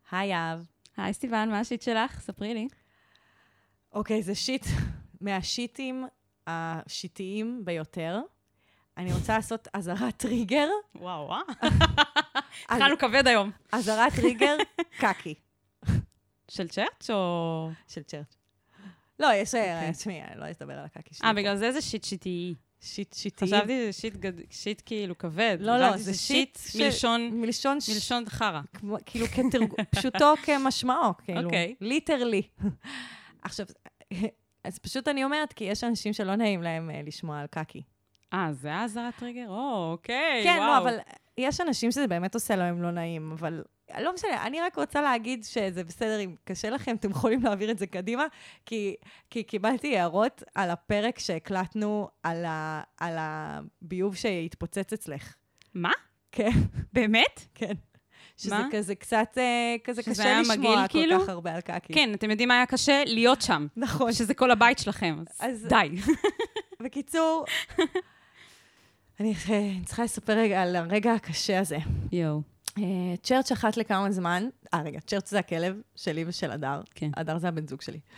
היי אהב. היי סטיבן, מה השיט שלך? ספרי לי. אוקיי, זה שיט מהשיטים השיטיים ביותר. אני רוצה לעשות אזהרת טריגר. וואו. התחלנו כבד היום. אזהרת טריגר, קקי. של צ'רץ' או... של צ'רץ'. לא, יש... תשמעי, אני לא אדבר על הקקי שלי. בגלל זה שיט שיטי. שיט שיטי. חשבתי שזה שיט כאילו כבד. לא, זה שיט מלשון חרה. כאילו פשוטו כמשמעו, כאילו. אוקיי. ליטרלי. עכשיו, אז פשוט אני אומרת, כי יש אנשים שלא נעים להם לשמוע על קקי. זה אזהרת טריגר? אוקיי, כן, וואו. לא, אבל יש אנשים שזה באמת עושה להם לא נעים, אבל לא משנה, אני רק רוצה להגיד שזה בסדר, אם קשה לכם, אתם יכולים להעביר את זה קדימה, כי קיבלתי הערות על הפרק שהקלטנו על הביוב שהתפוצץ אצלך. מה? כן. באמת? כן. שזה כזה קצת, כזה קשה לשמוע כל כך הרבה על קקי. כן, אתם יודעים מה היה קשה? להיות שם. נכון. שזה כל הבית שלכם, אז די. בקיצור, אני צריכה לספר רגע על הרגע הקשה הזה. יואו. צ'רץ' אחת לכמה זמן, רגע, צ'רץ' זה הכלב שלי ושל אדר. כן. אדר זה הבן זוג שלי.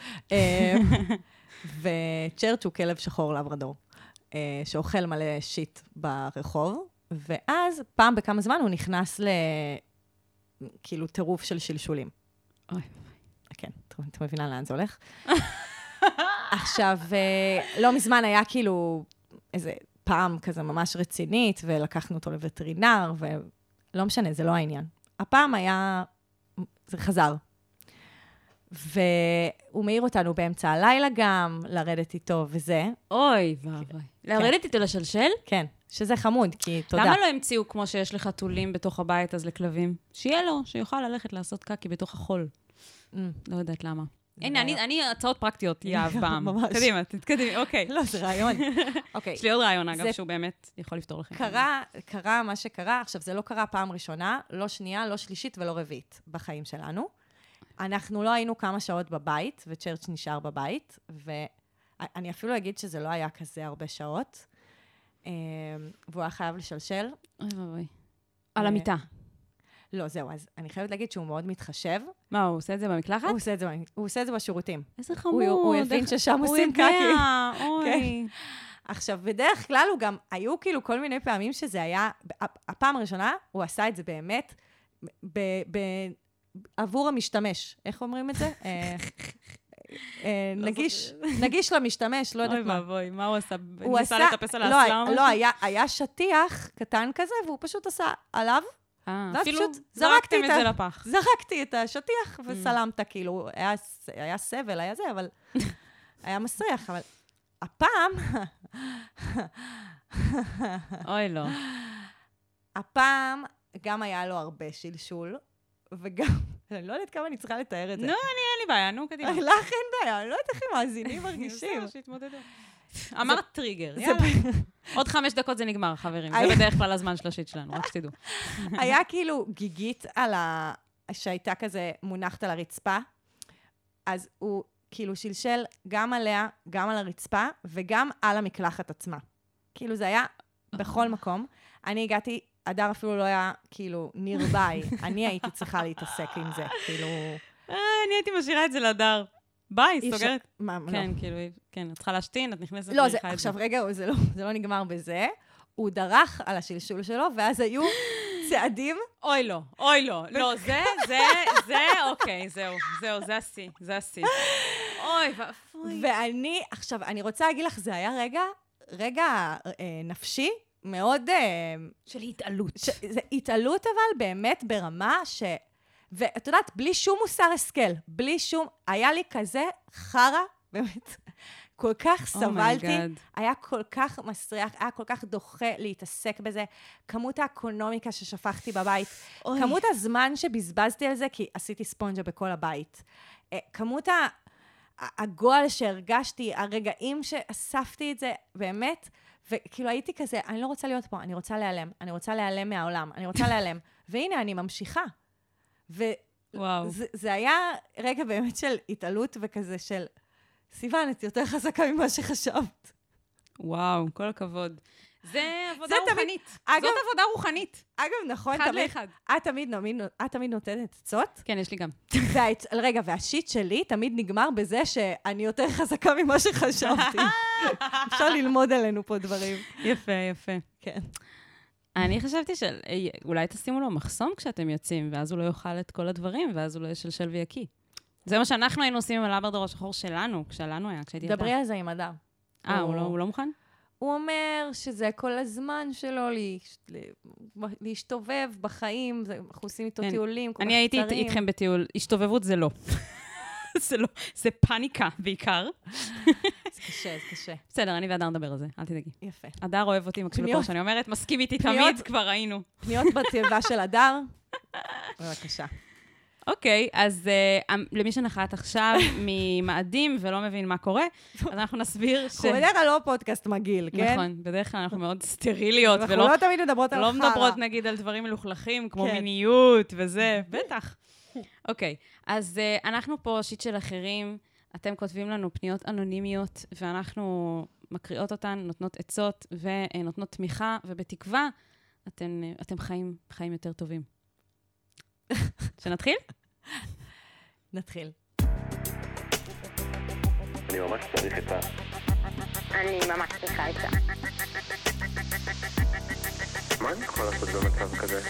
וצ'רץ' הוא כלב שחור לברדור, שאוכל מלא שיט ברחוב, ואז פעם בכמה זמן הוא נכנס כאילו טירוף של שלשולים. אוי. כן, אתה מבינה לאן זה הולך? עכשיו, לא מזמן היה כאילו איזה פעם כזה ממש רצינית, ולקחנו אותו לווטרינר, ולא משנה, זה לא העניין. הפעם היה, זה חזר. והוא מעיר אותנו באמצע הלילה גם, לרדת איתו וזה. אוי, ואבוי. לרדת איתו לשלשל? כן, שזה חמוד, כי תודה. למה לא המציאו כמו שיש לך חתולים בתוך הבית אז לכלבים? שיהיה לו, שיוכל ללכת לעשות קקי בתוך החול. לא יודעת למה. הנה, אני הצעות פרקטיות, יאהב פעם. ממש. קדימה, תתקדימי, אוקיי. לא, זה רעיון. אוקיי. יש לי עוד רעיון, אגב, שהוא באמת יכול לפתור לכם. קרה מה שקרה, עכשיו זה לא קרה פעם ראשונה, לא שנייה, לא שלישית ולא רביעית בחיים שלנו. אנחנו לא היינו כמה שעות בבית, וצ'רץ' נשאר בבית, ואני אפילו אגיד שזה לא היה כזה הרבה שעות, והוא היה חייב לשלשל. אוי ואוי. על המיטה. לא, זהו, אז אני חייבת להגיד שהוא מאוד מתחשב. מה, הוא עושה את זה במקלחת? הוא עושה את זה בשירותים. איזה חמוד. הוא הבין ששם עושים קקי. הוא יודע, אוי. עכשיו, בדרך כלל הוא גם, היו כאילו כל מיני פעמים שזה היה, הפעם הראשונה הוא עשה את זה באמת, עבור המשתמש. איך אומרים את זה? נגיש למשתמש, לא יודעת מה. אוי ואבוי, מה הוא עשה? הוא ניסה לטפס על האסלה או משהו? לא, היה שטיח קטן כזה, והוא פשוט עשה עליו, אפילו זרקתם את זה לפח. זרקתי את השטיח וסלמת, כאילו, היה סבל, היה זה, אבל היה מסריח, אבל הפעם, אוי לא. הפעם גם היה לו הרבה שלשול, וגם, אני לא יודעת כמה אני צריכה לתאר את זה. נו, אין לי בעיה, נו, קדימה. לך אין בעיה, אני לא יודעת איך הם מאזינים מרגישים. שיתמודדו. אמרת טריגר, יאללה. עוד 5 דקות זה נגמר, חברים. זה בדרך כלל הזמן של השיט שלנו, רק שתדעו. היה כאילו גיגית שהייתה כזה מונחת על הרצפה, אז הוא כאילו שלשל גם עליה, גם על הרצפה, וגם על המקלחת עצמה. כאילו זה היה בכל מקום. אני הגעתי, אדר אפילו לא היה כאילו נרביי. אני הייתי צריכה להתעסק עם זה, כאילו... אני הייתי משאירה את זה לדר. ביי, סוגרת. מה, לא. כן, כאילו, כן, את צריכה להשתין, את נכנסת לא, עכשיו רגע, זה לא נגמר בזה. הוא דרך על השלשול שלו, ואז היו צעדים. אוי לא, אוי לא. לא, זה, אוקיי, זהו, זה השיא. אוי, ואפוי. ואני, עכשיו, אני רוצה להגיד לך, זה היה רגע נפשי, מאוד... של התעלות. זה התעלות אבל באמת ברמה ואת יודעת, בלי שום מוסר השכל, בלי שום... היה לי כזה חרה, באמת, כל כך סבלתי, היה כל כך מסריח, היה כל כך דוחה להתעסק בזה, כמות האקונומיקה ששפכתי בבית, כמות הזמן שבזבזתי על זה, כי עשיתי ספונג'ה בכל הבית, כמות הגועל שהרגשתי, הרגעים שאספתי את זה, באמת, וכאילו הייתי כזה, אני לא רוצה להיות פה, אני רוצה להיעלם מהעולם, אני רוצה להיעלם, והנה אני ממשיכה. וזה היה רגע באמת של התעלות וכזה של, סיוון, את יותר חזקה ממה שחשבת. וואו, כל הכבוד. זה עבודה רוחנית. זאת עבודה רוחנית. אגב, נכון, את תמיד נותנת עצות. כן, יש לי גם. רגע, והשיט שלי תמיד נגמר בזה שאני יותר חזקה ממה שחשבתי. אפשר ללמוד עלינו פה דברים. יפה, יפה. כן. אני חשבתי שאולי תשימו לו מחסום כשאתם יוצאים, ואז הוא לא יאכל את כל הדברים, ואז הוא לא ישלשל ויקיא. זה מה שאנחנו היינו עושים עם הלברדור השחור שלנו, כשלנו היה, כשהייתי ילדה. דברי על זה עם הדר. הוא לא מוכן? הוא אומר שזה כל הזמן שלו להשתובב בחיים, אנחנו עושים איתו טיולים, אני הייתי איתכם בטיול, השתובבות זה לא. זה פאניקה בעיקר. זה קשה, זה קשה. בסדר, אני והדר נדבר על זה, אל תדאגי. יפה. הדר אוהב אותי, מקשיב לכל שאני אומרת, מסכים איתי תמיד, כבר ראינו. פניות בתיבה של הדר, בבקשה. אוקיי, אז למי שנחת עכשיו ממאדים ולא מבין מה קורה, אז אנחנו נסביר אנחנו בדרך כלל לא פודקאסט מגעיל, כן? נכון, בדרך כלל אנחנו מאוד סטריליות, אנחנו לא תמיד מדברות על חרא. לא מדברות נגיד על דברים מלוכלכים, כמו מיניות וזה, בטח. אוקיי, אז אנחנו פה שיט של אחרים, אתם כותבים לנו פניות אנונימיות, ואנחנו מקריאות אותן, נותנות עצות ונותנות תמיכה, ובתקווה אתם חיים יותר טובים. שנתחיל? נתחיל. אני ממש צריך את אני ממש צריכה את זה. מה אני יכול לעשות במצב כזה?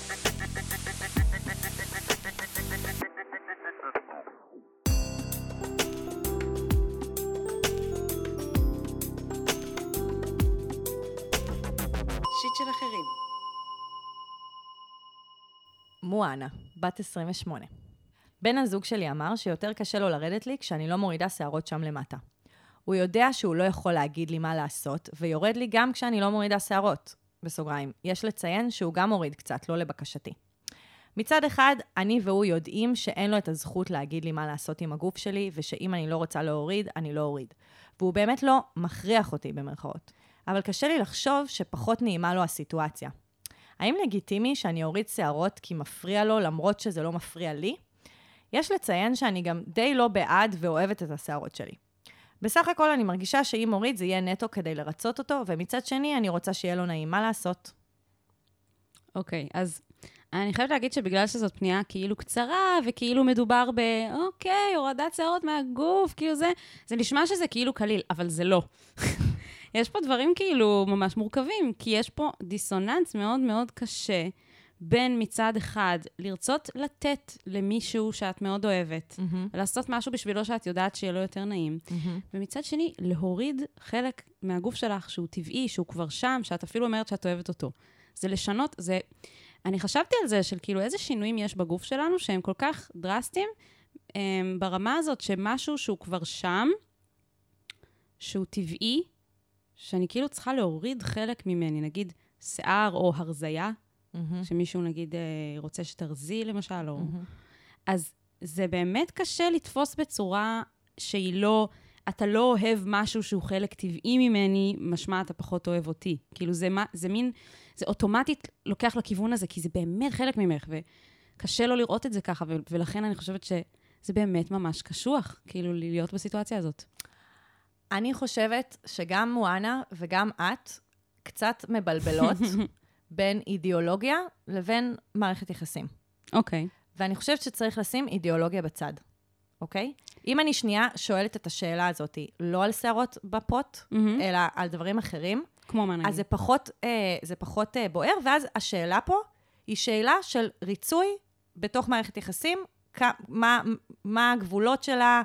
שיט של אחרים. מואנה, בת 28. בן הזוג שלי אמר שיותר קשה לו לרדת לי כשאני לא מורידה שערות שם למטה. הוא יודע שהוא לא יכול להגיד לי מה לעשות, ויורד לי גם כשאני לא מורידה שערות. בסוגריים, יש לציין שהוא גם מוריד קצת, לא לבקשתי. מצד אחד, אני והוא יודעים שאין לו את הזכות להגיד לי מה לעשות עם הגוף שלי, ושאם אני לא רוצה להוריד, אני לא אוריד. והוא באמת לא מכריח אותי במרכאות. אבל קשה לי לחשוב שפחות נעימה לו הסיטואציה. האם לגיטימי שאני אוריד שערות כי מפריע לו, למרות שזה לא מפריע לי? יש לציין שאני גם די לא בעד ואוהבת את השערות שלי. בסך הכל אני מרגישה שאם מוריד זה יהיה נטו כדי לרצות אותו, ומצד שני אני רוצה שיהיה לו נעים מה לעשות. אוקיי, אז אני חייבת להגיד שבגלל שזאת פנייה כאילו קצרה, וכאילו מדובר הורדת שערות מהגוף, כאילו זה נשמע שזה כאילו קליל, אבל זה לא. יש פה דברים כאילו ממש מורכבים, כי יש פה דיסוננס מאוד מאוד קשה, בין מצד אחד לרצות לתת למישהו שאת מאוד אוהבת, ולעשות משהו בשבילו שאת יודעת שיהיה לו יותר נעים, ומצד שני להוריד חלק מהגוף שלך שהוא טבעי, שהוא כבר שם, שאת אפילו אומרת שאת אוהבת אותו. זה לשנות, אני חשבתי על זה של כאילו איזה שינויים יש בגוף שלנו, שהם כל כך דרסטיים, ברמה הזאת שמשהו שהוא כבר שם, שהוא טבעי, שאני כאילו צריכה להוריד חלק ממני, נגיד שיער או הרזיה, שמישהו נגיד רוצה שתרזי למשל, או... אז זה באמת קשה לתפוס בצורה שהיא לא, אתה לא אוהב משהו שהוא חלק טבעי ממני, משמע אתה פחות אוהב אותי. כאילו זה מין, זה אוטומטית לוקח לכיוון הזה, כי זה באמת חלק ממך, וקשה לא לראות את זה ככה, ולכן אני חושבת שזה באמת ממש קשוח, כאילו להיות בסיטואציה הזאת. אני חושבת שגם מואנה וגם את קצת מבלבלות בין אידיאולוגיה לבין מערכת יחסים. אוקיי. ואני חושבת שצריך לשים אידיאולוגיה בצד. אוקיי? אם אני שנייה שואלת את השאלה הזאת, לא על שערות בפוט, אלא על דברים אחרים, כמו מה נגיד? אז זה פחות בוער, ואז השאלה פה היא שאלה של ריצוי בתוך מערכת יחסים, מה הגבולות שלה,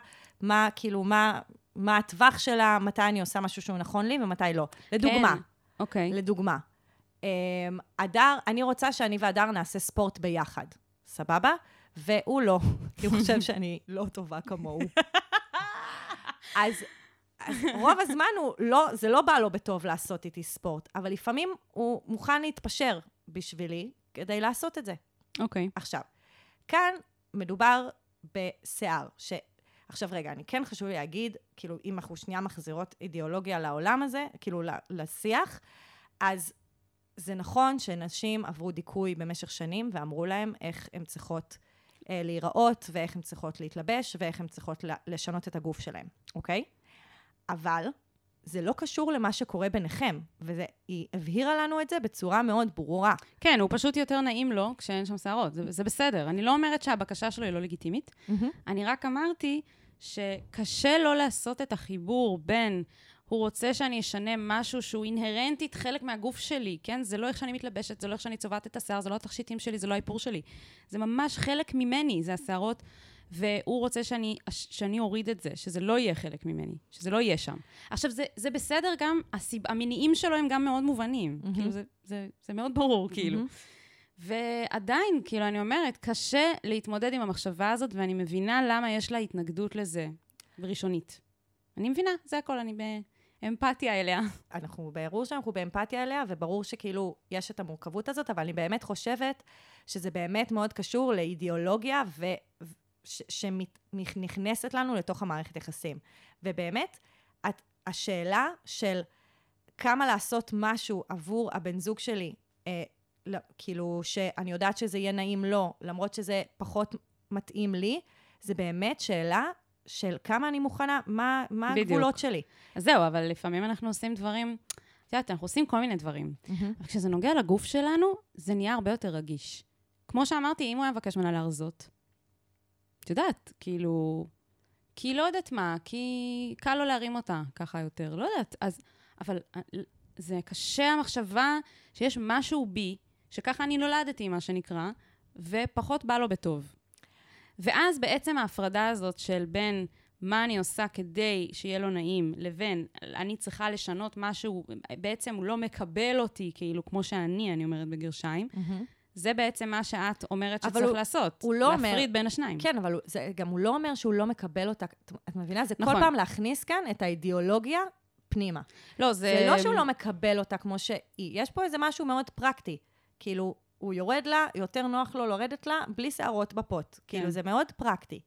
מה הטווח שלה, מתי אני עושה משהו שהוא נכון לי ומתי לא. לדוגמה. כן, אוקיי. לדוגמה. אני רוצה שאני והדר נעשה ספורט ביחד. סבבה? והוא לא, כי הוא חושב שאני לא טובה כמוהו. אז רוב הזמן זה לא בא לו בטוב לעשות איתי ספורט, אבל לפעמים הוא מוכן להתפשר בשבילי כדי לעשות את זה. אוקיי. עכשיו, כאן מדובר בשיער, עכשיו רגע, אני כן חשוב לי להגיד, כאילו אם אנחנו שנייה מחזירות אידיאולוגיה לעולם הזה, כאילו לשיח, אז זה נכון שנשים עברו דיכוי במשך שנים, ואמרו להם איך הן צריכות להיראות, ואיך הן צריכות להתלבש, ואיך הן צריכות לשנות את הגוף שלהן, אוקיי? אבל זה לא קשור למה שקורה ביניכם, והיא הבהירה לנו את זה בצורה מאוד ברורה. כן, הוא פשוט יותר נעים לו כשאין שם שערות, זה בסדר. אני לא אומרת שהבקשה שלו היא לא לגיטימית, אני רק אמרתי שקשה לא לעשות את החיבור בין, הוא רוצה שאני אשנה משהו שהוא אינהרנטית חלק מהגוף שלי, כן? זה לא איך שאני מתלבשת, זה לא איך שאני צובעת את השיער, זה לא התכשיטים שלי, זה לא האיפור שלי. זה ממש חלק ממני, זה השערות, והוא רוצה שאני אוריד את זה, שזה לא יהיה חלק ממני, שזה לא יהיה שם. עכשיו, זה בסדר גם, המניעים שלו הם גם מאוד מובנים, כאילו, זה מאוד ברור, כאילו. ועדיין, כאילו, אני אומרת, קשה להתמודד עם המחשבה הזאת, ואני מבינה למה יש לה התנגדות לזה, ראשונית. אני מבינה, זה הכל, אני באמפתיה אליה. ברור שאנחנו באמפתיה אליה, וברור שכאילו יש את המורכבות הזאת, אבל אני באמת חושבת שזה באמת מאוד קשור לאידיאולוגיה, שנכנסת לנו לתוך המערכת יחסים. ובאמת, השאלה של כמה לעשות משהו עבור הבן זוג שלי, כאילו שאני יודעת שזה יהיה נעים לו, למרות שזה פחות מתאים לי, זה באמת שאלה של כמה אני מוכנה, מה הגבולות שלי. אז זהו, אבל לפעמים אנחנו עושים דברים, את יודעת, אנחנו עושים כל מיני דברים. אבל כשזה נוגע לגוף שלנו, זה נהיה הרבה יותר רגיש. כמו שאמרתי, אם הוא היה מבקש ממנה להרזות, את יודעת, כאילו, כי לא יודעת מה, כי קל לו להרים אותה ככה יותר, לא יודעת, אז, אבל זה קשה המחשבה שיש משהו בי, שככה אני נולדתי, מה שנקרא, ופחות בא לו בטוב. ואז בעצם ההפרדה הזאת של בין מה אני עושה כדי שיהיה לו נעים, לבין אני צריכה לשנות משהו, בעצם הוא לא מקבל אותי, כאילו כמו שאני אומרת בגרשיים, זה בעצם מה שאת אומרת שצריך לעשות. הוא לא להפריד בין השניים. כן, אבל גם הוא לא אומר שהוא לא מקבל אותה. את מבינה? זה כל פעם להכניס כאן את האידיאולוגיה פנימה. לא, זה לא שהוא לא מקבל אותה כמו שהיא. יש פה איזה משהו מאוד פרקטי. כאילו, הוא יורד לה, יותר נוח לו לורדת לה, בלי שערות בפות. כאילו, זה מאוד פרקטי.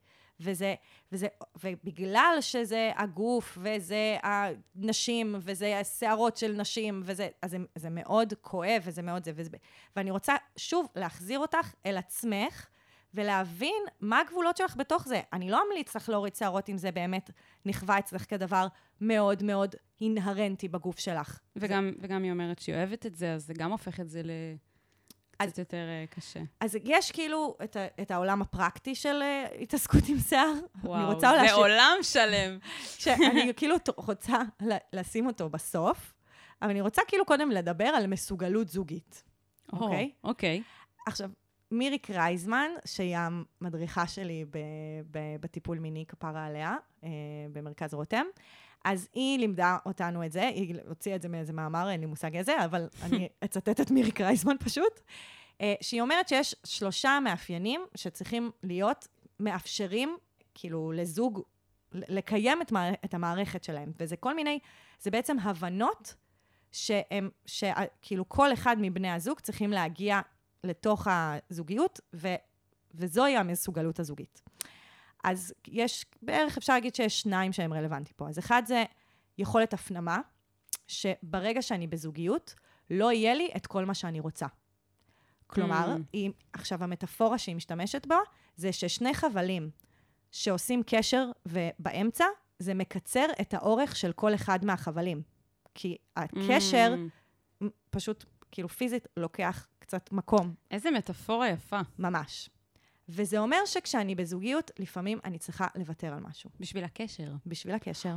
ובגלל שזה הגוף, וזה הנשים, וזה השערות של נשים, אז זה מאוד כואב, וזה מאוד זה. ואני רוצה שוב להחזיר אותך אל עצמך, ולהבין מה הגבולות שלך בתוך זה. אני לא אמליץ לך להוריד שערות אם זה באמת נכווה אצלך כדבר מאוד מאוד אינהרנטי בגוף שלך. וגם היא אומרת שהיא אוהבת את זה, אז זה גם הופך את זה קצת יותר קשה. אז יש כאילו את העולם הפרקטי של התעסקות עם שיער. וואו, זה עולם שלם. שאני כאילו רוצה לשים אותו בסוף, אבל אני רוצה כאילו קודם לדבר על מסוגלות זוגית. אוקיי? אוקיי. עכשיו, מירי קרייזמן, שהיא המדריכה שלי בטיפול מיני כפרה עליה, במרכז רותם, אז היא לימדה אותנו את זה, היא הוציאה את זה מאיזה מאמר, אין לי מושג איזה, אבל אני אצטט את מירי קרייזמן פשוט, שהיא אומרת שיש 3 מאפיינים שצריכים להיות מאפשרים, כאילו, לזוג, לקיים את המערכת שלהם, וזה כל מיני, זה בעצם הבנות שכאילו כל אחד מבני הזוג צריכים להגיע לתוך הזוגיות, וזוהי המסוגלות הזוגית. אז יש, בערך אפשר להגיד שיש 2 שהם רלוונטיים פה. אז אחד זה יכולת הפנמה, שברגע שאני בזוגיות, לא יהיה לי את כל מה שאני רוצה. כלומר, עכשיו המטאפורה שהיא משתמשת בו, זה ששני חבלים שעושים קשר ובאמצע, זה מקצר את האורך של כל אחד מהחבלים. כי הקשר פשוט, כאילו פיזית, לוקח קצת מקום. איזה מטאפורה יפה. ממש. וזה אומר שכשאני בזוגיות, לפעמים אני צריכה לוותר על משהו. בשביל הקשר. בשביל הקשר.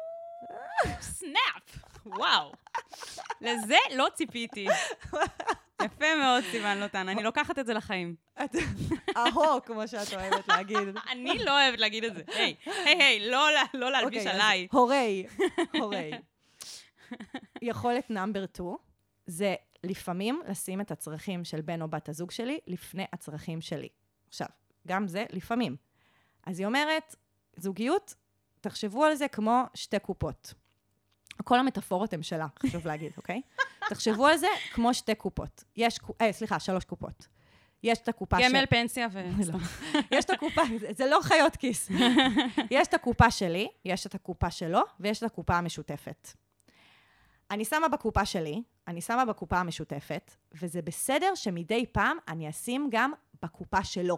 סנאפ! וואו. לזה לא ציפיתי. יפה מאוד, סיוון לוטן. אני לוקחת את זה לחיים. אהו, כמו שאת אוהבת להגיד. אני לא אוהבת להגיד את זה. היי, לא להלביש עליי. הורי. יכולת נאמבר 2, זה לפעמים לשים את הצרכים של בן או בת הזוג שלי לפני הצרכים שלי. עכשיו, גם זה לפעמים. אז היא אומרת, זוגיות, תחשבו על זה כמו 2 קופות. כל המטאפורות הן שלה, חשוב להגיד, אוקיי? תחשבו על זה כמו 2 קופות. 3 קופות. יש את הקופה של... גמל, פנסיה יש את הקופה, זה לא חיות כיס. יש את הקופה שלי, יש את הקופה שלו, ויש את הקופה המשותפת. אני שמה בקופה שלי, אני שמה בקופה המשותפת, וזה בסדר שמדי פעם אני אשים גם בקופה שלו.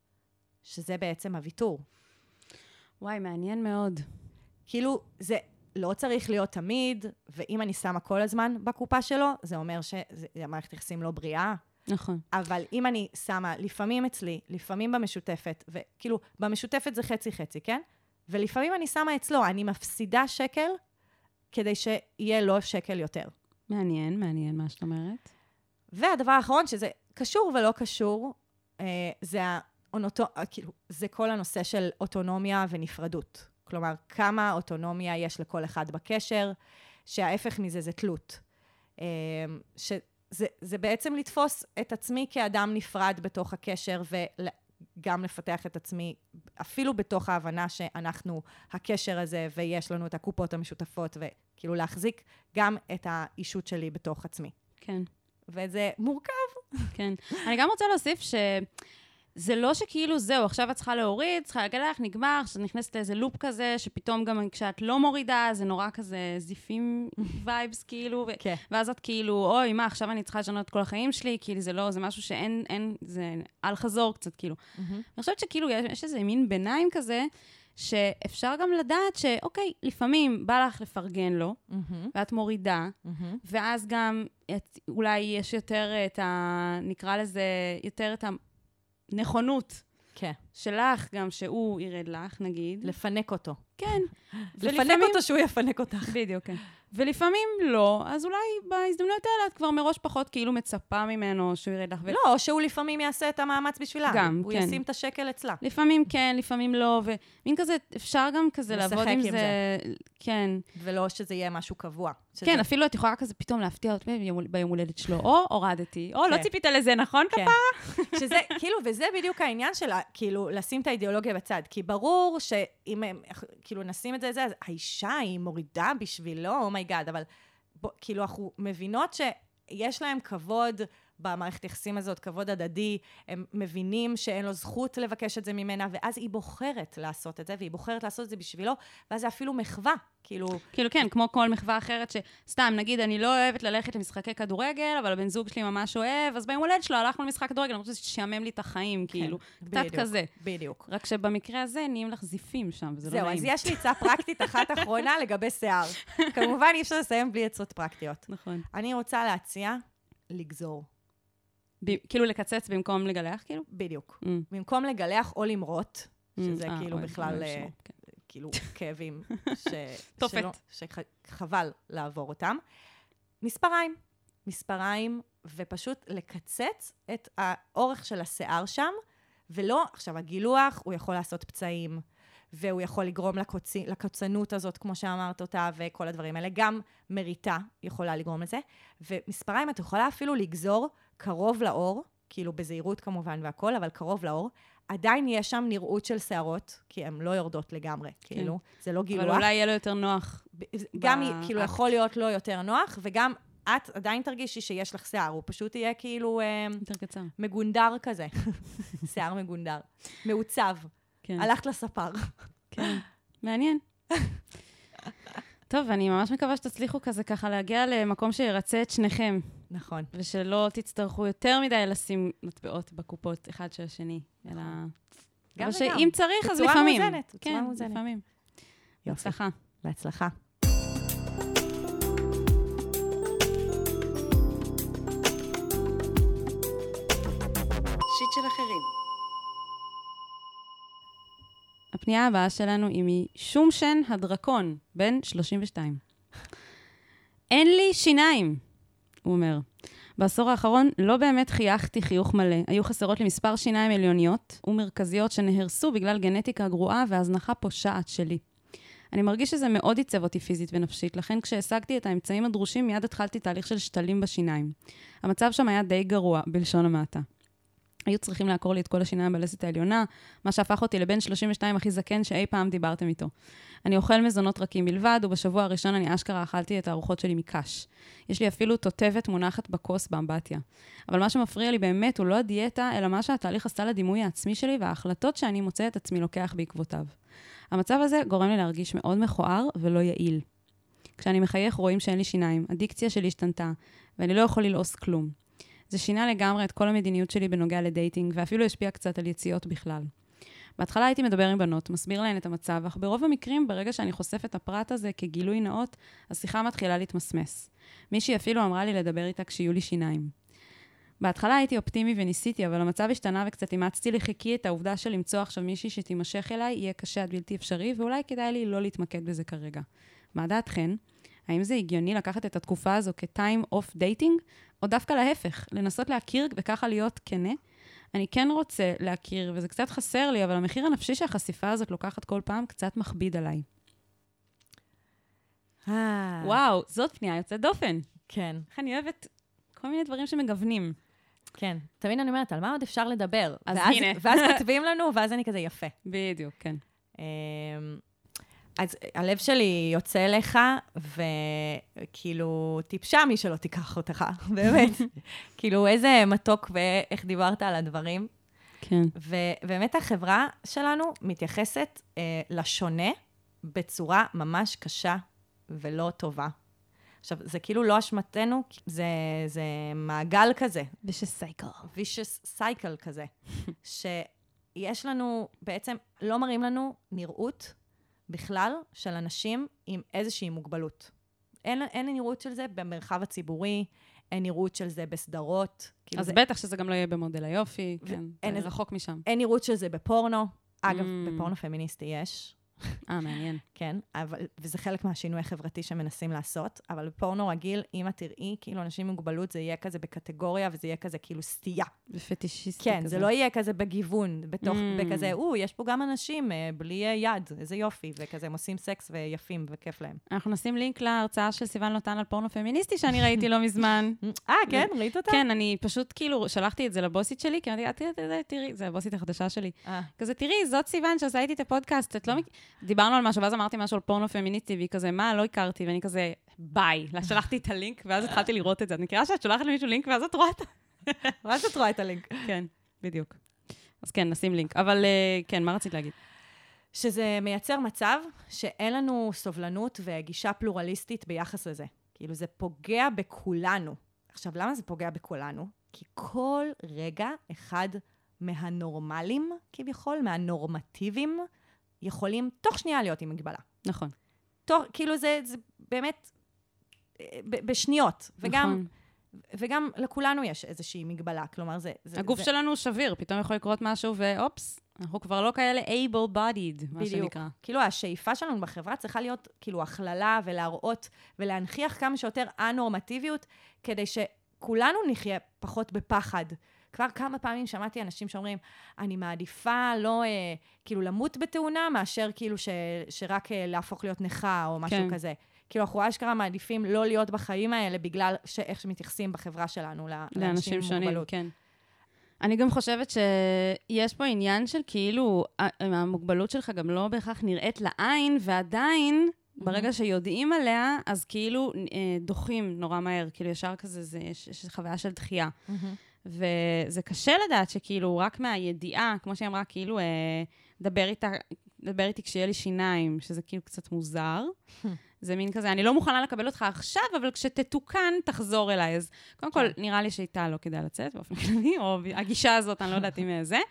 שזה בעצם הוויתור. וואי, מעניין מאוד. כאילו, זה לא צריך להיות תמיד, ואם אני שמה כל הזמן בקופה שלו, זה אומר שהמערכת יחסים לא בריאה. נכון. אבל אם אני שמה לפעמים אצלי, לפעמים במשותפת, וכאילו, במשותפת זה חצי-חצי, כן? ולפעמים אני שמה אצלו, אני מפסידה שקל, כדי שיהיה לו שקל יותר. מעניין מה שאת אומרת. והדבר האחרון, שזה קשור ולא קשור, זה כל הנושא של אוטונומיה ונפרדות. כלומר, כמה אוטונומיה יש לכל אחד בקשר, שההפך מזה זה תלות. שזה בעצם לתפוס את עצמי כאדם נפרד בתוך הקשר, וגם לפתח את עצמי, אפילו בתוך ההבנה שאנחנו הקשר הזה, ויש לנו את הקופות המשותפות, וכאילו להחזיק גם את האישות שלי בתוך עצמי. כן. וזה מורכב. כן. אני גם רוצה להוסיף זה לא שכאילו זהו, עכשיו את צריכה להוריד, צריכה לגלח, נגמר, שאת נכנסת לאיזה לופ כזה, שפתאום גם כשאת לא מורידה, זה נורא כזה זיפים וייבס כאילו, ואז את כאילו, אוי, מה, עכשיו אני צריכה לשנות את כל החיים שלי, כאילו זה לא, זה משהו שאין, זה על חזור קצת כאילו. אני חושבת שכאילו יש איזה מין ביניים כזה, שאפשר גם לדעת שאוקיי, לפעמים בא לך לפרגן לו, ואת מורידה, ואז גם אולי יש יותר נקרא לזה, יותר את נכונות שלך, גם שהוא ירד לך, נגיד. לפנק אותו. כן. לפנק אותו שהוא יפנק אותך. בדיוק, כן. ולפעמים לא, אז אולי בהזדמנויות האלה את כבר מראש פחות כאילו מצפה ממנו שהוא ירד לך. לא, או שהוא לפעמים יעשה את המאמץ בשבילה. גם, הוא כן. ישים את השקל אצלה. לפעמים כן, לפעמים לא, ומין כזה, אפשר גם כזה לעבוד עם זה. כן. ולא שזה יהיה משהו קבוע. כן, אפילו את יכולה כזה פתאום להפתיע אותי ביום הולדת שלו, או הורדתי, או לא ציפית לזה, נכון כפרה? שזה, כאילו, וזה בדיוק העניין שלה, כאילו, לשים את האידיאולוגיה בצד, כי ברור שאם הם, כאילו, נשים את זה, אז האישה היא מורידה בשבילו, אומייגאד, אבל כאילו, אנחנו מבינות שיש להם כבוד במערכת יחסים הזאת, כבוד הדדי, הם מבינים שאין לו זכות לבקש את זה ממנה, ואז היא בוחרת לעשות את זה, והיא בוחרת לעשות את זה בשבילו, ואז זה אפילו מחווה, כאילו כן, כמו כל מחווה אחרת שסתם, נגיד, אני לא אוהבת ללכת למשחקי כדורגל, אבל הבן זוג שלי ממש אוהב, אז ביום הולד שלו הלכנו למשחק כדורגל, אני חושבת ששעמם לי את החיים, כאילו, קצת כזה. בדיוק. רק שבמקרה הזה נהיים לך זיפים שם, וזה לא נעים. זהו, אז יש לי עצה פרקטית אחת אחרונה לגבי שיער. כמובן, אי אפשר לסיים בלי עצות פרקטיות. נכון. אני רוצה להציע לגזור. כאילו לקצץ במקום לגלח, כאילו? בדיוק. במקום לגלח או למרות, שזה כאילו בכלל, כאילו כאבים שחבל לעבור אותם. מספריים, ופשוט לקצץ את האורך של השיער שם, ולא, עכשיו הגילוח, הוא יכול לעשות פצעים, והוא יכול לגרום לקוצנות הזאת, כמו שאמרת אותה, וכל הדברים האלה. גם מריטה יכולה לגרום לזה. ומספריים, את יכולה אפילו לגזור קרוב לאור, כאילו בזהירות כמובן והכל, אבל קרוב לאור. עדיין יש שם נראות של שערות, כי הן לא יורדות לגמרי, כאילו, זה לא גילוח. אבל אולי יהיה לו יותר נוח. גם, כאילו, יכול להיות לא יותר נוח, וגם את עדיין תרגישי שיש לך שיער, הוא פשוט יהיה כאילו יותר קצר. מגונדר כזה. שיער מגונדר. מעוצב. הלכת לספר. כן, מעניין. טוב, אני ממש מקווה שתצליחו כזה ככה להגיע למקום שירצה את שניכם. נכון. ושלא תצטרכו יותר מדי לשים מטבעות בקופות אחד של השני, אלא... אבל שאם צריך, אז לפעמים. בצורה מאוזנת. כן, לפעמים. בהצלחה. בהצלחה. שיט של אחרים. הפנייה הבאה שלנו היא משום-שן הדרקון, בן 32. אין לי שיניים, הוא אומר. בעשור האחרון לא באמת חייכתי חיוך מלא. היו חסרות לי מספר שיניים עליוניות ומרכזיות שנהרסו בגלל גנטיקה גרועה והזנחה פושעת שלי. אני מרגיש שזה מאוד ייצב אותי פיזית ונפשית, לכן כשהשגתי את האמצעים הדרושים מיד התחלתי תהליך של שתלים בשיניים. המצב שם היה די גרוע, בלשון המעטה. היו צריכים לעקור לי את כל השיניים בלסת העליונה, מה שהפך אותי לבן 32 הכי זקן שאי פעם דיברתם איתו. אני אוכל מזונות רכים בלבד, ובשבוע הראשון אני אשכרה אכלתי את הארוחות שלי מקש. יש לי אפילו תותבת מונחת בכוס באמבטיה. אבל מה שמפריע לי באמת הוא לא הדיאטה, אלא מה שהתהליך עשה לדימוי העצמי שלי, וההחלטות שאני מוצא את עצמי לוקח בעקבותיו. המצב הזה גורם לי להרגיש מאוד מכוער ולא יעיל. כשאני מחייך רואים שאין לי שיניים, הדיקציה שלי השתנתה, ואני לא יכול ללעוס כלום. זה שינה לגמרי את כל המדיניות שלי בנוגע לדייטינג, ואפילו השפיע קצת על יציאות בכלל. בהתחלה הייתי מדבר עם בנות, מסביר להן את המצב, אך ברוב המקרים, ברגע שאני חושף את הפרט הזה כגילוי נאות, השיחה מתחילה להתמסמס. מישהי אפילו אמרה לי לדבר איתה כשיהיו לי שיניים. בהתחלה הייתי אופטימי וניסיתי, אבל המצב השתנה וקצת אימצתי לחיקי את העובדה של למצוא עכשיו מישהי שתימשך אליי, יהיה קשה עד בלתי אפשרי, ואולי כדאי לי לא להתמקד בזה כרגע. מה דעתכן? האם זה הגיוני לקחת את התקופה הזו כ-time off dating, או דווקא להפך, לנסות להכיר וככה להיות כנה? אני כן רוצה להכיר, וזה קצת חסר לי, אבל המחיר הנפשי שהחשיפה הזאת לוקחת כל פעם קצת מכביד עליי. וואו, זאת פנייה יוצאת דופן. כן. איך אני אוהבת כל מיני דברים שמגוונים. כן. תמיד אני אומרת, על מה עוד אפשר לדבר? אז הנה. ואז כותבים לנו, ואז אני כזה יפה. בדיוק, כן. אז הלב שלי יוצא לך, וכאילו, טיפשה מי שלא תיקח אותך, באמת. כאילו, איזה מתוק ואיך דיברת על הדברים. כן. ובאמת החברה שלנו מתייחסת לשונה בצורה ממש קשה ולא טובה. עכשיו, זה כאילו לא אשמתנו, זה מעגל כזה. vicious cycle כזה. שיש לנו, בעצם לא מראים לנו נראות בכלל של אנשים עם איזושהי מוגבלות. אין נראות של זה במרחב הציבורי, אין נראות של זה בסדרות. אז זה... בטח שזה גם לא יהיה במודל היופי, כן, זה רחוק משם. אין נראות של זה בפורנו. אגב, בפורנו פמיניסטי יש. מעניין. כן, וזה חלק מהשינוי החברתי שמנסים לעשות, אבל בפורנו רגיל, אם את תראי, כאילו אנשים עם מוגבלות, זה יהיה כזה בקטגוריה, וזה יהיה כזה כאילו סטייה. ופטישיסטי כן, כזה. כן, זה לא יהיה כזה בגיוון, בתוך, בכזה, יש פה גם אנשים בלי יד, איזה יופי, וכזה הם עושים סקס ויפים וכיף להם. אנחנו נשים לינק להרצאה של סיוון לוטן על פורנו פמיניסטי, שאני ראיתי לא מזמן. כן, ראית אותה? כן, אני פשוט כאילו שלחתי את זה לבוסית שלי, כי אמרתי, תראי, זה הבוסית החדשה שלי. כזה, תראי, זאת סיוון שעושה איתי את הפודקאסט, את לא דיברנו על משהו, ואז אמרתי משהו על פורנו פמיניסטי, והיא כזה, מה, לא הכרתי, ואני כזה, ביי. שלחתי את הלינק, ואז התחלתי לראות את זה. את מכירה שאת שולחת למישהו לינק, ואז את רואה ואז את רואה את הלינק. כן, בדיוק. אז כן, נשים לינק. אבל כן, מה רצית להגיד? שזה מייצר מצב שאין לנו סובלנות וגישה פלורליסטית ביחס לזה. כאילו, זה פוגע בכולנו. עכשיו, למה זה פוגע בכולנו? כי כל רגע אחד מהנורמלים, כביכול, מהנורמטיביים, יכולים תוך שנייה להיות עם מגבלה. נכון. כאילו זה באמת בשניות. נכון. וגם לכולנו יש איזושהי מגבלה. כלומר, הגוף שלנו שביר, פתאום יכול לקרות משהו, ואופס, אנחנו כבר לא כאלה able-bodied, מה שנקרא. כאילו, השאיפה שלנו בחברה צריכה להיות כאילו הכללה ולהראות ולהנכיח כמה שיותר הנורמטיביות, כדי שכולנו נחיה פחות בפחד. כבר כמה פעמים שמעתי אנשים שאומרים, אני מעדיפה לא כאילו למות בתאונה, מאשר כאילו שרק להפוך להיות נכה או משהו כזה. כאילו, אנחנו אשכרה מעדיפים לא להיות בחיים האלה, בגלל איך שמתייחסים בחברה שלנו לאנשים עם מוגבלות. כן. אני גם חושבת שיש פה עניין של כאילו, המוגבלות שלך גם לא בהכרח נראית לעין, ועדיין, ברגע שיודעים עליה, אז כאילו דוחים נורא מהר, כאילו ישר כזה, יש חוויה של דחייה. וזה קשה לדעת שכאילו, רק מהידיעה, כמו שהיא אמרה, כאילו, דבר איתי כשיהיה לי שיניים, שזה כאילו קצת מוזר. זה מין כזה, אני לא מוכנה לקבל אותך עכשיו, אבל כשתתוקן, תחזור אליי. אז קודם כל, נראה לי שאיתה לא כדאי לצאת, באופן כללי, או הגישה הזאת, אני לא יודעת אם זה.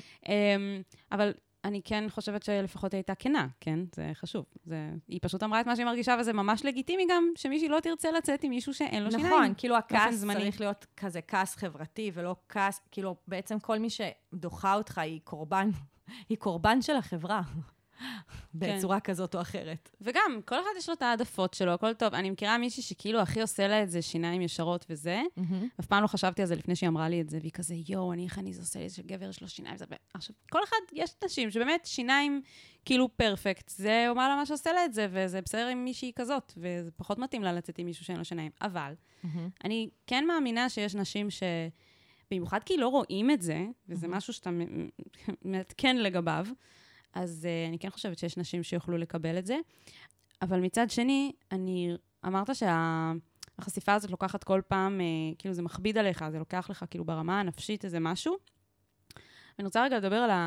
אבל אני כן חושבת שלפחות הייתה כנה, כן? זה חשוב. היא פשוט אמרה את מה שהיא מרגישה, וזה ממש לגיטימי גם שמישהי לא תרצה לצאת עם מישהו שאין לו שיניים. נכון, כאילו הכעס צריך להיות כזה כעס חברתי, ולא כעס, כאילו בעצם כל מי שדוחה אותך היא קורבן של החברה. בצורה כזאת או אחרת. וגם, כל אחד יש לו את העדפות שלו, הכל טוב. אני מכירה מישהי שכאילו הכי עושה לה את זה שיניים ישרות וזה. אף פעם לא חשבתי על זה לפני שהיא אמרה לי את זה, והיא כזה, איך אני עושה לי שגבר יש לו שיניים. עכשיו, כל אחד, יש נשים שבאמת שיניים כאילו פרפקט. זה אומר לה מה שעושה לה את זה, וזה בסדר עם מישהי כזאת, וזה פחות מתאים לה לצאת עם מישהו שאין לו שיניים. אבל, אני כן מאמינה שיש נשים במיוחד כי לא רואים את זה, וזה משהו שאתה מעדכן לגביו, אז אני כן חושבת שיש נשים שיוכלו לקבל את זה. אבל מצד שני, אמרת שהחשיפה הזאת לוקחת כל פעם, כאילו זה מכביד עליך, זה לוקח לך כאילו ברמה הנפשית איזה משהו. אני רוצה רגע לדבר על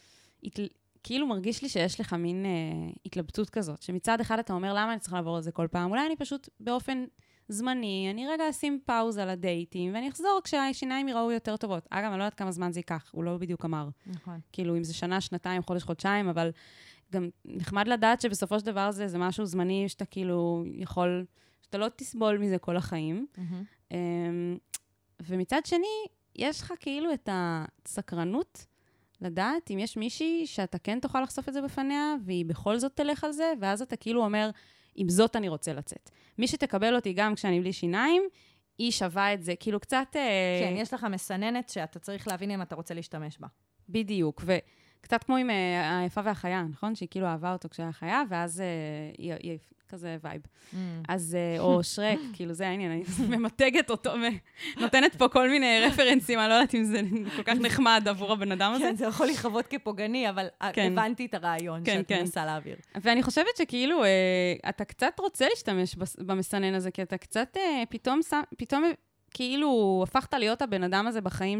כאילו מרגיש לי שיש לך מין התלבטות כזאת, שמצד אחד אתה אומר, למה אני צריכה לעבור על זה כל פעם? אולי אני פשוט באופן זמני, אני רגע אשים פאוזה לדייטים, ואני אחזור כשהשיניים יראו יותר טובות. אגב, אני לא יודעת כמה זמן זה ייקח, הוא לא בדיוק אמר. נכון. כאילו, אם זה שנה, שנתיים, חודש, חודשיים, אבל גם נחמד לדעת שבסופו של דבר זה משהו זמני שאתה כאילו יכול, שאתה לא תסבול מזה כל החיים. ומצד שני, יש לך כאילו את הסקרנות לדעת אם יש מישהי שאתה כן תוכל לחשוף את זה בפניה, והיא בכל זאת תלך על זה, ואז אתה כאילו אומר, עם זאת אני רוצה לצאת. מי שתקבל אותי גם כשאני בלי שיניים, היא שווה את זה. כאילו קצת... כן, יש לך מסננת שאתה צריך להבין אם אתה רוצה להשתמש בה. בדיוק, וקצת כמו עם היפה והחיה, נכון? שהיא כאילו אהבה אותו כשהיה חיה, ואז היא כזה וייב. אז, או שרק, כאילו זה העניין, אני ממתגת אותו ונותנת פה כל מיני רפרנסים, אני לא יודעת אם זה כל כך נחמד עבור הבן אדם הזה. כן, זה יכול לחוות כפוגני, אבל הבנתי את הרעיון שאת מנסה להעביר. ואני חושבת שכאילו, אתה קצת רוצה להשתמש במסנן הזה, כי אתה קצת פתאום כאילו הפכת להיות הבן אדם הזה בחיים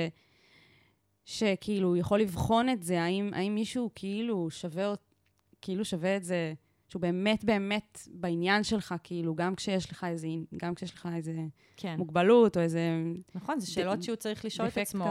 שכאילו יכול לבחון את זה, האם מישהו כאילו שווה את זה, שהוא באמת באמת בעניין שלך, כאילו, גם כשיש לך איזה מוגבלות, או איזה... נכון, זה שאלות שהוא צריך לשאול את עצמו.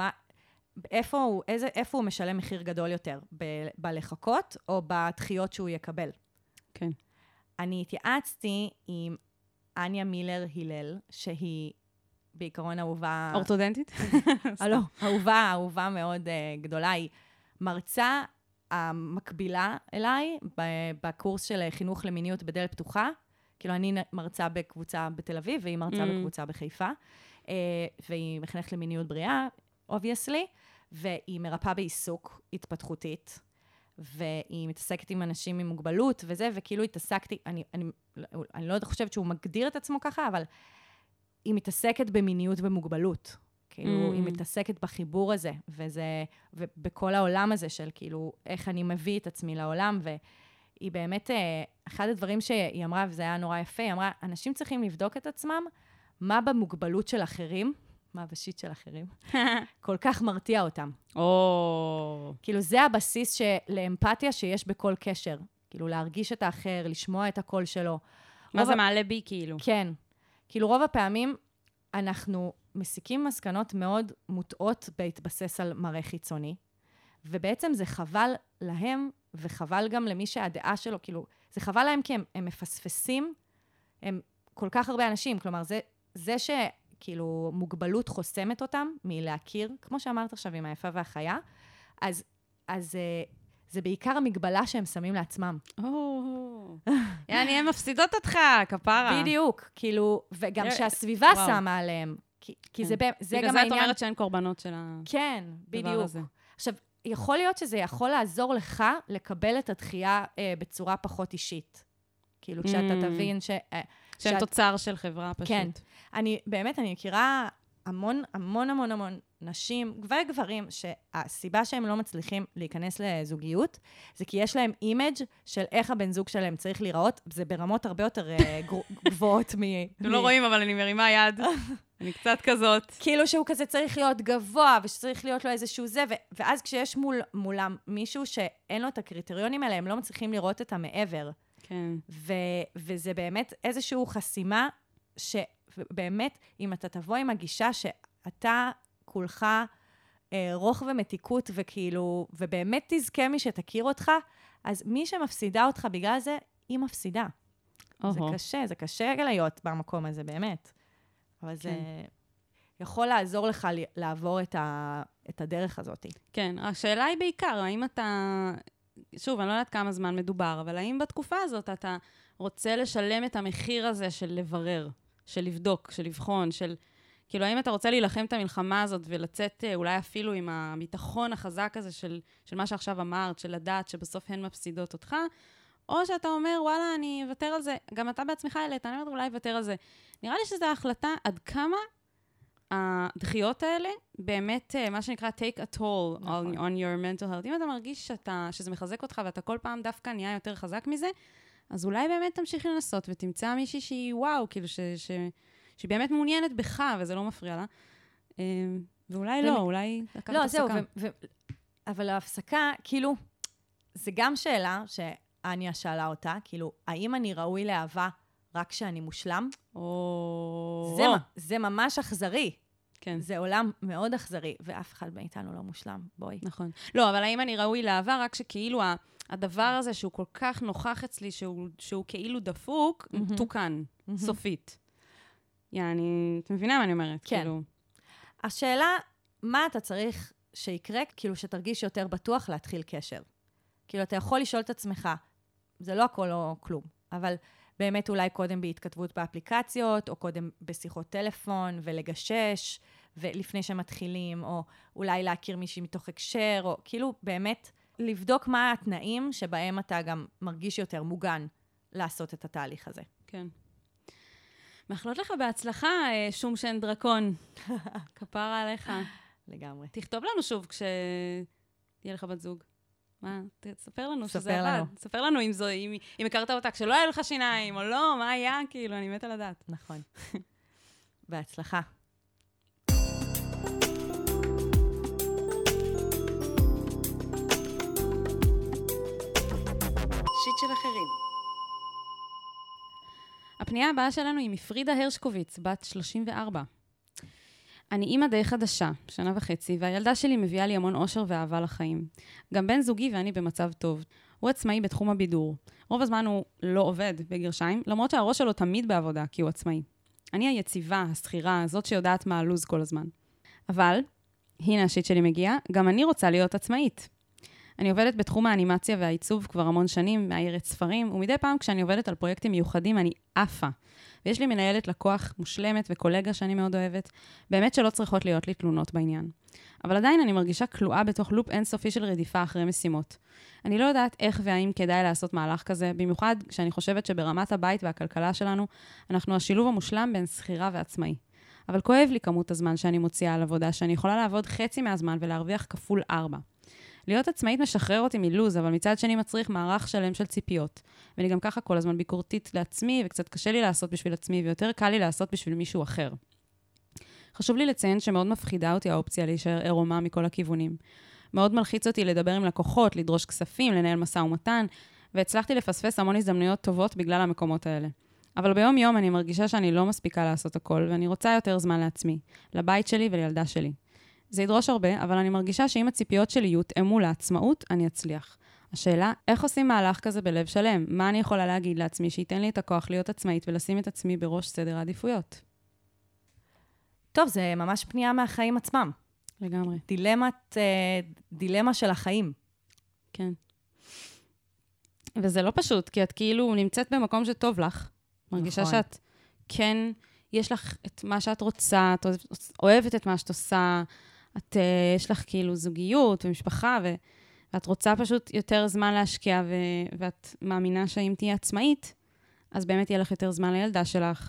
איפה הוא משלם מחיר גדול יותר? בלחכות או בתחיות שהוא יקבל? כן. אני התייעצתי עם אניה מילר הלל, שהיא בעיקרון אהובה... אורתודנטית? לא, אהובה מאוד גדולה. היא מרצה המקבילה אליי בקורס של חינוך למיניות בדלת פתוחה. כאילו, אני מרצה בקבוצה בתל אביב, והיא מרצה בקבוצה בחיפה. והיא מחנכת למיניות בריאה, obviously, והיא מרפאה בעיסוק התפתחותית, והיא מתעסקת עם אנשים עם מוגבלות וזה, וכאילו התעסקתי, אני לא חושבת שהוא מגדיר את עצמו ככה, אבל היא מתעסקת במיניות ומוגבלות. כאילו, היא מתעסקת בחיבור הזה, ובכל העולם הזה של כאילו, איך אני מביא את עצמי לעולם, והיא באמת, אחד הדברים שהיא אמרה, וזה היה נורא יפה, היא אמרה, אנשים צריכים לבדוק את עצמם, מה במוגבלות של אחרים, מה בשיט של אחרים, כל כך מרתיע אותם. כאילו, זה הבסיס לאמפתיה שיש בכל קשר. כאילו, להרגיש את האחר, לשמוע את הקול שלו. מה זה מעלה בי, כאילו? כן. כאילו, רוב הפעמים אנחנו מסיקים מסקנות מאוד מוטעות בהתבסס על מראה חיצוני, ובעצם זה חבל להם, וחבל גם למי שהדעה שלו, כאילו, זה חבל להם כי הם מפספסים, הם כל כך הרבה אנשים, כלומר, זה שכאילו מוגבלות חוסמת אותם מלהכיר, כמו שאמרת עכשיו עם היפה והחיה, אז זה בעיקר המגבלה שהם שמים לעצמם. יעני, הם מפסידות אותך, כפרה. בדיוק, כאילו, וגם שהסביבה שמה עליהם, כי זה גם העניין... בגלל זה את אומרת שאין קורבנות של הדבר הזה. כן, בדיוק. עכשיו, יכול להיות שזה יכול לעזור לך לקבל את הדחייה בצורה פחות אישית. כאילו, כשאתה תבין שהם תוצר של חברה פשוט. כן. אני מכירה המון נשים וגברים שהסיבה שהם לא מצליחים להיכנס לזוגיות, זה כי יש להם אימג' של איך הבן זוג שלהם צריך להיראות, זה ברמות הרבה יותר גבוהות אתם לא רואים, אבל אני מרימה יד. אני קצת כזאת. כאילו שהוא כזה צריך להיות גבוה, ושצריך להיות לו איזשהו זה, ואז כשיש מולם מישהו שאין לו את הקריטריונים האלה, הם לא מצליחים לראות את המעבר. כן. וזה באמת איזשהו חסימה, שבאמת, אם אתה תבוא עם הגישה שאתה כולך רוח ומתיקות, וכאילו, ובאמת תזכה מי שתכיר אותך, אז מי שמפסידה אותך בגלל זה, היא מפסידה. זה קשה להיות במקום הזה, באמת. אבל זה יכול לעזור לך לעבור את הדרך הזאת. כן, השאלה היא בעיקר, האם אתה, שוב, אני לא יודעת כמה זמן מדובר, אבל האם בתקופה הזאת אתה רוצה לשלם את המחיר הזה של לברר, של לבדוק, של לבחון, של, כאילו, האם אתה רוצה להילחם את המלחמה הזאת ולצאת אולי אפילו עם הביטחון החזק הזה של מה שעכשיו אמרת, של לדעת שבסוף הן מפסידות אותך, או שאתה אומר, וואלה, אני אוותר על זה. גם אתה בעצמך העלית, אני אומרת, אולי אוותר על זה. נראה לי שזו החלטה עד כמה הדחיות האלה באמת, מה שנקרא, take a toll on your mental health. אם אתה מרגיש שזה מחזק אותך ואתה כל פעם דווקא נהיה יותר חזק מזה, אז אולי באמת תמשיך לנסות ותמצא מישהי שהיא וואו, כאילו שהיא באמת מעוניינת בך וזה לא מפריע לה. ואולי לא, אולי לקחת הפסקה. לא, זהו, אבל ההפסקה, כאילו, זה גם שאלה אניה שאלה אותה, כאילו, האם אני ראוי לאהבה רק כשאני מושלם. או... זה ממש אכזרי. כן. זה עולם מאוד אכזרי, ואף אחד מאיתנו לא מושלם. בואי. נכון. לא, אבל האם אני ראוי לאהבה רק שכאילו הדבר הזה שהוא כל כך נוכח אצלי, שהוא כאילו דפוק, תוקן, סופית. יעני, את מבינה מה אני אומרת? כן. כאילו... השאלה, מה אתה צריך שיקרה, כאילו שתרגיש יותר בטוח להתחיל קשר? כאילו, אתה יכול לשאול את עצמך, זה לא הכל או כלום, אבל באמת אולי קודם בהתכתבות באפליקציות, או קודם בשיחות טלפון, ולגשש, ולפני שמתחילים, או אולי להכיר מישהי מתוך הקשר, או כאילו באמת לבדוק מה התנאים שבהם אתה גם מרגיש יותר מוגן לעשות את התהליך הזה. כן. מאחלות לך בהצלחה, שום שן דרקון. כפרה עליך. לגמרי. תכתוב לנו שוב כשיהיה לך בת זוג. מה? תספר לנו שזה ספר עבד. לנו. ספר לנו אם הכרת אותה כשלא היה לך שיניים, או לא, מה היה? כאילו, אני מתה לדעת. נכון. בהצלחה. שיט של אחרים. הפנייה הבאה שלנו היא מפרידה הרשקוביץ, בת 34. אני אימא די חדשה, 1.5 שנה, והילדה שלי מביאה לי המון אושר ואהבה לחיים. גם בן זוגי ואני במצב טוב. הוא עצמאי בתחום הבידור. רוב הזמן הוא לא עובד בגרשיים, למרות שהראש שלו תמיד בעבודה, כי הוא עצמאי. אני היציבה, הסחירה, זאת שיודעת מה הלוז כל הזמן. אבל, הנה השיט שלי מגיע, גם אני רוצה להיות עצמאית. אני עובדת בתחום האנימציה והעיצוב כבר המון שנים, מאיירת ספרים, ומדי פעם כשאני עובדת על פרויקטים מיוחדים אני עפה. ויש לי מנהלת לקוח מושלמת וקולגה שאני מאוד אוהבת, באמת שלא צריכות להיות לי תלונות בעניין. אבל עדיין אני מרגישה כלואה בתוך לופ אינסופי של רדיפה אחרי משימות. אני לא יודעת איך והאם כדאי לעשות מהלך כזה, במיוחד כשאני חושבת שברמת הבית והכלכלה שלנו, אנחנו השילוב המושלם בין שכירה ועצמאי. אבל כואב לי כמות הזמן שאני מוציאה על עבודה, שאני יכולה לעבוד חצי מהזמן ולהרוויח כפול 4. להיות עצמאית משחרר אותי מלוז, אבל מצד שני מצריך מערך שלם של ציפיות. ואני גם ככה כל הזמן ביקורתית לעצמי, וקצת קשה לי לעשות בשביל עצמי, ויותר קל לי לעשות בשביל מישהו אחר. חשוב לי לציין שמאוד מפחידה אותי האופציה להישאר עירומה מכל הכיוונים. מאוד מלחיץ אותי לדבר עם לקוחות, לדרוש כספים, לנהל משא ומתן, והצלחתי לפספס המון הזדמנויות טובות בגלל המקומות האלה. אבל ביום יום אני מרגישה שאני לא מספיקה לעשות הכל, ואני רוצה יותר זמן לעצמי, לבית שלי ולילדה שלי. זה ידרוש הרבה, אבל אני מרגישה שאם הציפיות שלי יותאמו לעצמאות, אני אצליח. השאלה, איך עושים מהלך כזה בלב שלם? מה אני יכולה להגיד לעצמי שייתן לי את הכוח להיות עצמאית ולשים את עצמי בראש סדר העדיפויות? טוב, זה ממש פנייה מהחיים עצמם. לגמרי. דילמה של החיים. כן. וזה לא פשוט, כי את כאילו נמצאת במקום שטוב לך. מרגישה נכון. שאת כן, יש לך את מה שאת רוצה, את אוהבת את מה שאת עושה, יש לך כאילו זוגיות ומשפחה, ואת רוצה פשוט יותר זמן להשקיע, ואת מאמינה שאם תהיה עצמאית, אז באמת יהיה לך יותר זמן לילדה שלך,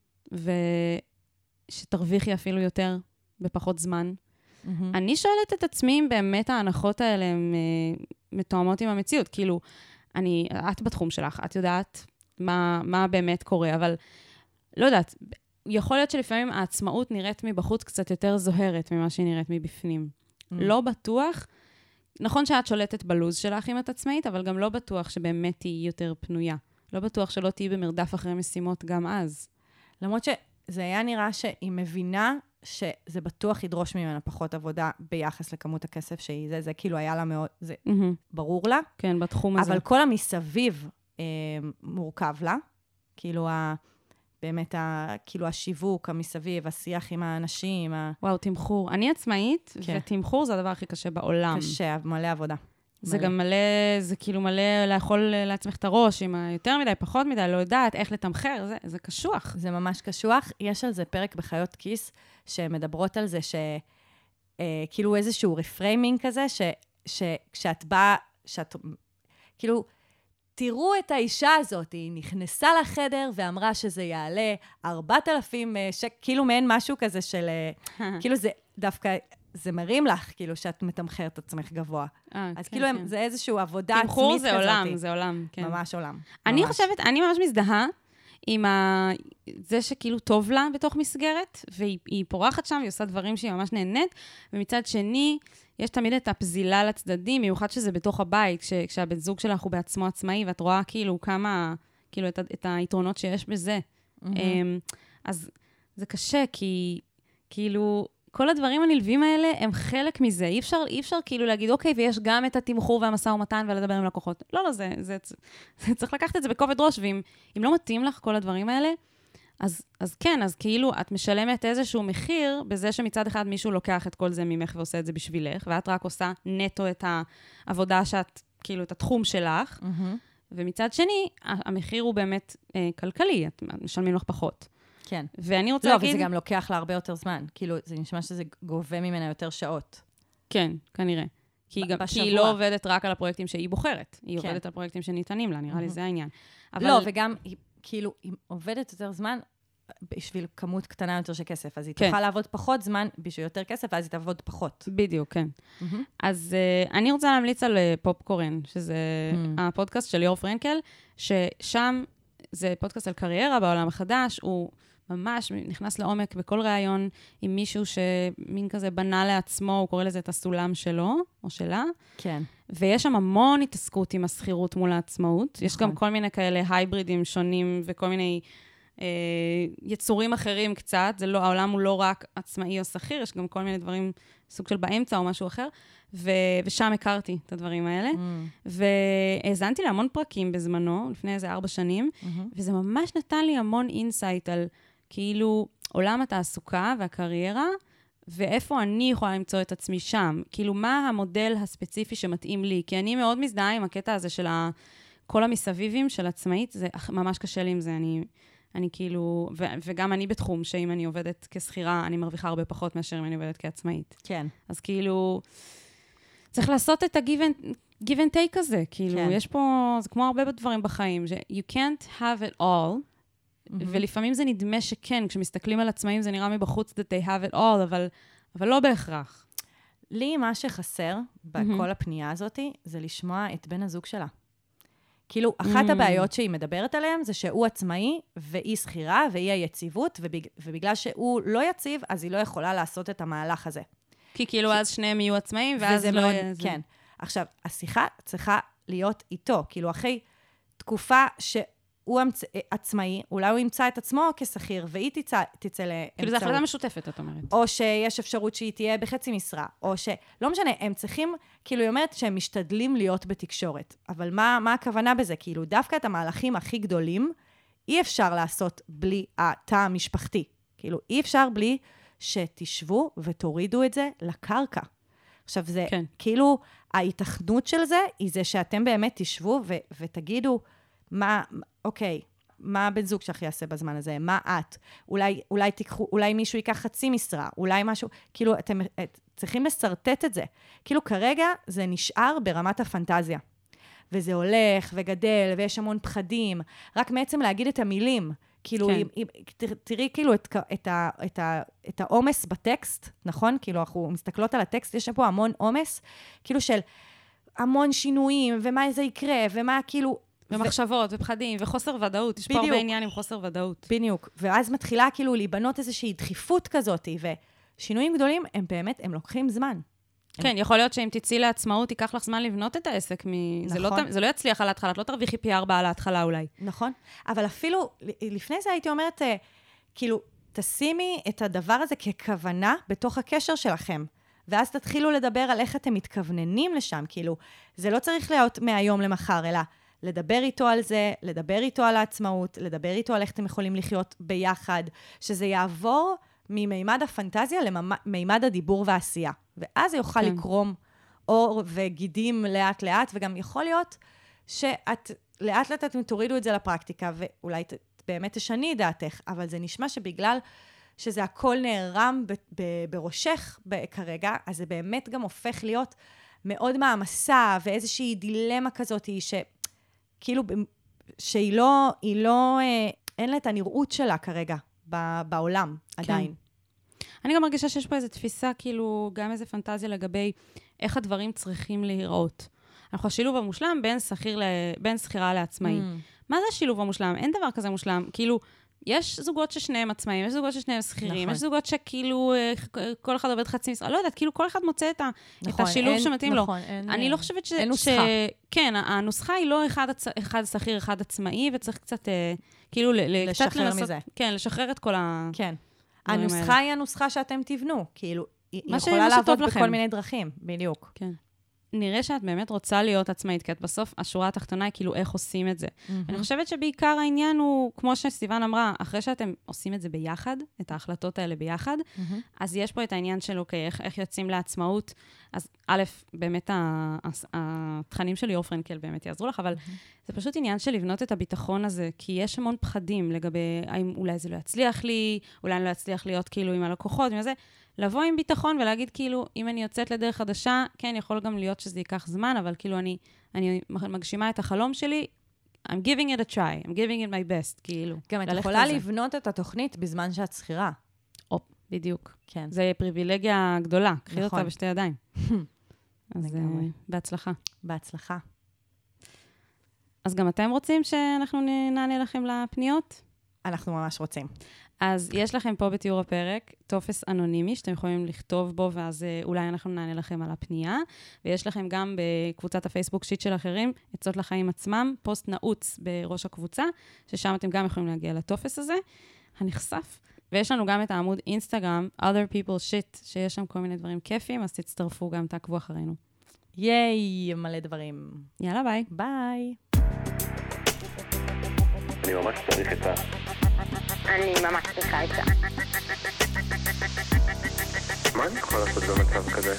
ושתרוויחי אפילו יותר בפחות זמן. אני שואלת את עצמי אם באמת ההנחות האלה הן מתואמות עם המציאות. כאילו, את בתחום שלך, את יודעת מה באמת קורה, אבל לא יודעת, יכול להיות שלפעמים העצמאות נראית מבחוץ קצת יותר זוהרת ממה שהיא נראית מבפנים. לא בטוח, נכון שאת שולטת בלוז שלך אם את עצמאית, אבל גם לא בטוח שבאמת היא יותר פנויה. לא בטוח שלא תהיי במרדף אחרי משימות גם אז. למרות שזה היה נראה שהיא מבינה שזה בטוח ידרוש ממנה פחות עבודה ביחס לכמות הכסף שהיא, זה כאילו היה לה מאוד, זה ברור לה. כן, בתחום הזה. אבל כל המסביב מורכב לה, כאילו באמת כאילו השיווק, המסביב, השיח עם האנשים. וואו, תמחור. אני עצמאית, ותמחור זה הדבר הכי קשה בעולם. קשה, מלא עבודה. זה גם מלא, זה כאילו מלא לאכול לעצמך את הראש, עם יותר מדי, פחות מדי, לא יודעת איך לתמחר, זה קשוח. זה ממש קשוח. יש על זה פרק בחיות כיס, שמדברות על זה כאילו איזשהו רפריימינג כזה, שכשאת באה, כאילו, תראו את האישה הזאת, היא נכנסה לחדר ואמרה שזה יעלה 4,000 כאילו מעין משהו כזה של, כאילו זה דווקא, זה מרים לך, כאילו שאת מתמחרת את עצמך גבוה. אז כאילו זה איזשהו עבודה עצמית כזאת. תמחור זה עולם, זה עולם, כן. ממש עולם. אני חושבת, אני ממש מזדהה עם זה שכאילו טוב לה בתוך מסגרת, והיא פורחת שם, היא עושה דברים שהיא ממש נהנית, ומצד שני, יש תמיד את הפזילה לצדדים, במיוחד שזה בתוך הבית, כשהבן זוג שלך הוא בעצמו עצמאי, ואת רואה כאילו כאילו, את היתרונות שיש בזה. אז זה קשה, כי כאילו, כל הדברים הנלווים האלה הם חלק מזה. אי אפשר כאילו להגיד, אוקיי, ויש גם את התמחור והמשא ומתן ולדבר עם לקוחות. לא, זה צריך לקחת את זה בכובד ראש, ואם לא מתאים לך כל הדברים האלה, אז כן, אז כאילו את משלמת איזשהו מחיר בזה שמצד אחד מישהו לוקח את כל זה ממך ועושה את זה בשבילך, ואת רק עושה נטו את העבודה שאת, כאילו, את התחום שלך, ומצד שני, המחיר הוא באמת כלכלי, את משלמים לך פחות. כן. ואני רוצה להגיד... לא, וזה גם לוקח לה הרבה יותר זמן. כאילו, זה נשמע שזה גובה ממנה יותר שעות. כן, כנראה. כי היא לא עובדת רק על הפרויקטים שהיא בוחרת. היא עובדת על פרויקטים שניתנים לה, נראה לי זה העניין. לא, וגם, כאילו, היא עובדת יותר זמן בשביל כמות קטנה יותר של כסף. אז היא תוכל לעבוד פחות זמן בשביל יותר כסף, ואז היא תעבוד פחות. בדיוק, כן. אז אני רוצה להמליץ על פופקורן, שזה הפודקאסט של ליאור פרנקל, ששם זה פודקאסט על קריירה בעולם החדש, הוא ממש נכנס לעומק בכל ראיון עם מישהו שמין כזה בנה לעצמו, הוא קורא לזה את הסולם שלו, או שלה. כן. ויש שם המון התעסקות עם הסחירות מול העצמאות. נכון. יש גם כל מיני כאלה הייברידים שונים, וכל מיני יצורים אחרים קצת. זה לא, העולם הוא לא רק עצמאי או שכיר, יש גם כל מיני דברים, סוג של באמצע או משהו אחר. ושם הכרתי את הדברים האלה. והאזנתי להמון פרקים בזמנו, לפני איזה 4 שנים, וזה ממש נתן לי המון אינסייט על כאילו עולם התעסוקה והקריירה, ואיפה אני יכולה למצוא את עצמי שם. כאילו, מה המודל הספציפי שמתאים לי? כי אני מאוד מזדהה עם הקטע הזה של כל המסביבים של עצמאית, זה ממש קשה לי עם זה. אני כאילו, וגם אני בתחום שאם אני עובדת כשכירה, אני מרוויחה הרבה פחות מאשר אם אני עובדת כעצמאית. כן. אז כאילו, צריך לעשות את ה-give and take הזה. כאילו, כן. יש פה, זה כמו הרבה דברים בחיים, you can't have it all, ולפעמים זה נדמה שכן, כשמסתכלים על עצמאים זה נראה מבחוץ that they have it all, אבל לא בהכרח. לי מה שחסר בכל הפנייה הזאת, זה לשמוע את בן הזוג שלה. כאילו, אחת הבעיות שהיא מדברת עליהן, זה שהוא עצמאי, והיא שכירה, והיא היציבות, ובגלל שהוא לא יציב, אז היא לא יכולה לעשות את המהלך הזה. כי כאילו אז שניהם יהיו עצמאים, ואז לא יהיה... כן. עכשיו, השיחה צריכה להיות איתו, כאילו, אחרי תקופה שהוא עצמאי, אולי הוא ימצא את עצמו כשכיר, והיא תצא לאמצעות. כאילו, זו החלטה משותפת, את אומרת. או שיש אפשרות שהיא תהיה בחצי משרה, או לא משנה, הם צריכים, כאילו, היא אומרת שהם משתדלים להיות בתקשורת. אבל מה הכוונה בזה? כאילו, דווקא את המהלכים הכי גדולים, אי אפשר לעשות בלי התא המשפחתי. כאילו, אי אפשר בלי שתשבו ותורידו את זה לקרקע. עכשיו, זה כאילו, ההתכנות של זה, היא זה שאתם באמת תשבו ותגידו, אוקיי, מה הבן זוג שלך יעשה בזמן הזה? מה את? אולי מישהו ייקח חצי משרה, אולי משהו, כאילו, אתם צריכים לסרטט את זה. כאילו, כרגע זה נשאר ברמת הפנטזיה. וזה הולך וגדל, ויש המון פחדים. רק בעצם להגיד את המילים. כאילו, תראי כאילו את העומס בטקסט, נכון? כאילו, אנחנו מסתכלות על הטקסט, יש פה המון עומס, כאילו של המון שינויים, ומה זה יקרה, ומה כאילו... ומחשבות, ופחדים, וחוסר ודאות. יש פה הרבה עניין עם חוסר ודאות. בדיוק. ואז מתחילה כאילו להיבנות איזושהי דחיפות כזאת, ושינויים גדולים, הם באמת, הם לוקחים זמן. כן, יכול להיות שאם תצאי לעצמאות, ייקח לך זמן לבנות את העסק. נכון. זה לא יצליח על ההתחלה, את לא תרוויחי פי 4 על ההתחלה אולי. נכון. אבל אפילו, לפני זה הייתי אומרת, כאילו, תשימי את הדבר הזה ככוונה בתוך הקשר שלכם. ואז תתחילו לדבר על איך אתם מתכווננים לשם. כאילו, זה לא צריך להיות מהיום למחר, אלא לדבר איתו על זה, לדבר איתו על העצמאות, לדבר איתו על איך אתם יכולים לחיות ביחד, שזה יעבור ממימד הפנטזיה למימד הדיבור והעשייה. ואז זה יוכל לקרום אור וגידים לאט לאט, וגם יכול להיות שאת לאט לאט אתם תורידו את זה לפרקטיקה, ואולי באמת תשני דעתך, אבל זה נשמע שבגלל שזה הכל נערם בראשך כרגע, אז זה באמת גם הופך להיות מאוד מעמסה, ואיזושהי דילמה כזאת, שכאילו, שהיא לא, אין לה את הנראות שלה כרגע בעולם עדיין. אני גם מרגישה שיש פה איזו תפיסה, כאילו, גם איזו פנטזיה לגבי איך הדברים צריכים להיראות. אנחנו השילוב המושלם בין שכירה לעצמאי. מה זה השילוב המושלם? אין דבר כזה מושלם. כאילו, יש זוגות ששניהם עצמאים, יש זוגות ששניהם שכירים, נכון. יש זוגות שכאילו כל אחד עובד חצי משרה, לא יודעת, כאילו כל אחד מוצא את נכון, השילוב שמתאים לו. נכון, אני לא חושבת אין נוסחה. כן, הנוסחה היא לא אחד שכיר, אחד עצמאי, וצריך קצת, כאילו, לשחרר מזה. כן, לשחרר את כל ה... כן. האלה. הנוסחה היא הנוסחה שאתם תבנו, כאילו, היא מה יכולה לעבוד שטוב בכל לכם. מיני דרכים, בדיוק. כן. נראה שאת באמת רוצה להיות עצמאית, כי את בסוף, השורה התחתונה היא כאילו איך עושים את זה. אני חושבת שבעיקר העניין הוא, כמו שסיוון אמרה, אחרי שאתם עושים את זה ביחד, את ההחלטות האלה ביחד, אז יש פה את העניין של, אוקיי, איך יוצאים לעצמאות. אז א', באמת התכנים של ליאור פרנקל באמת יעזרו לך, אבל זה פשוט עניין של לבנות את הביטחון הזה, כי יש המון פחדים לגבי, האם אולי זה לא יצליח לי, אולי אני לא יצליח להיות כאילו עם הלקוחות, עם זה. לבוא עם ביטחון ולהגיד כאילו, אם אני יוצאת לדרך חדשה, כן, יכול גם להיות שזה ייקח זמן, אבל כאילו אני מגשימה את החלום שלי, I'm giving it a try, I'm giving it my best, כאילו. גם את יכולה לבנות את התוכנית בזמן שאת שכירה. בדיוק. כן. זה פריבילגיה גדולה, קחי אותה בשתי ידיים. אז בהצלחה. בהצלחה. אז גם אתם רוצים שאנחנו נענה לכם לפניות? אנחנו ממש רוצים. אז יש לכם פה בתיאור הפרק טופס אנונימי שאתם יכולים לכתוב בו, ואז אולי אנחנו נענה לכם על הפנייה. ויש לכם גם בקבוצת הפייסבוק שיט של אחרים, עצות לחיים עצמם, פוסט נעוץ בראש הקבוצה, ששם אתם גם יכולים להגיע לטופס הזה, הנחשף. ויש לנו גם את העמוד אינסטגרם, other people shit, שיש שם כל מיני דברים כיפים, אז תצטרפו גם, תעקבו אחרינו. ייי, מלא דברים. יאללה, ביי. ביי. אני ממש צריך את ה... אני ממש צריכה את זה. מה אני יכול לעשות במצב כזה?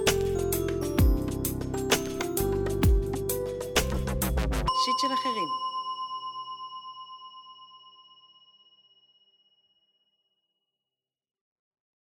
שיט של אחרים.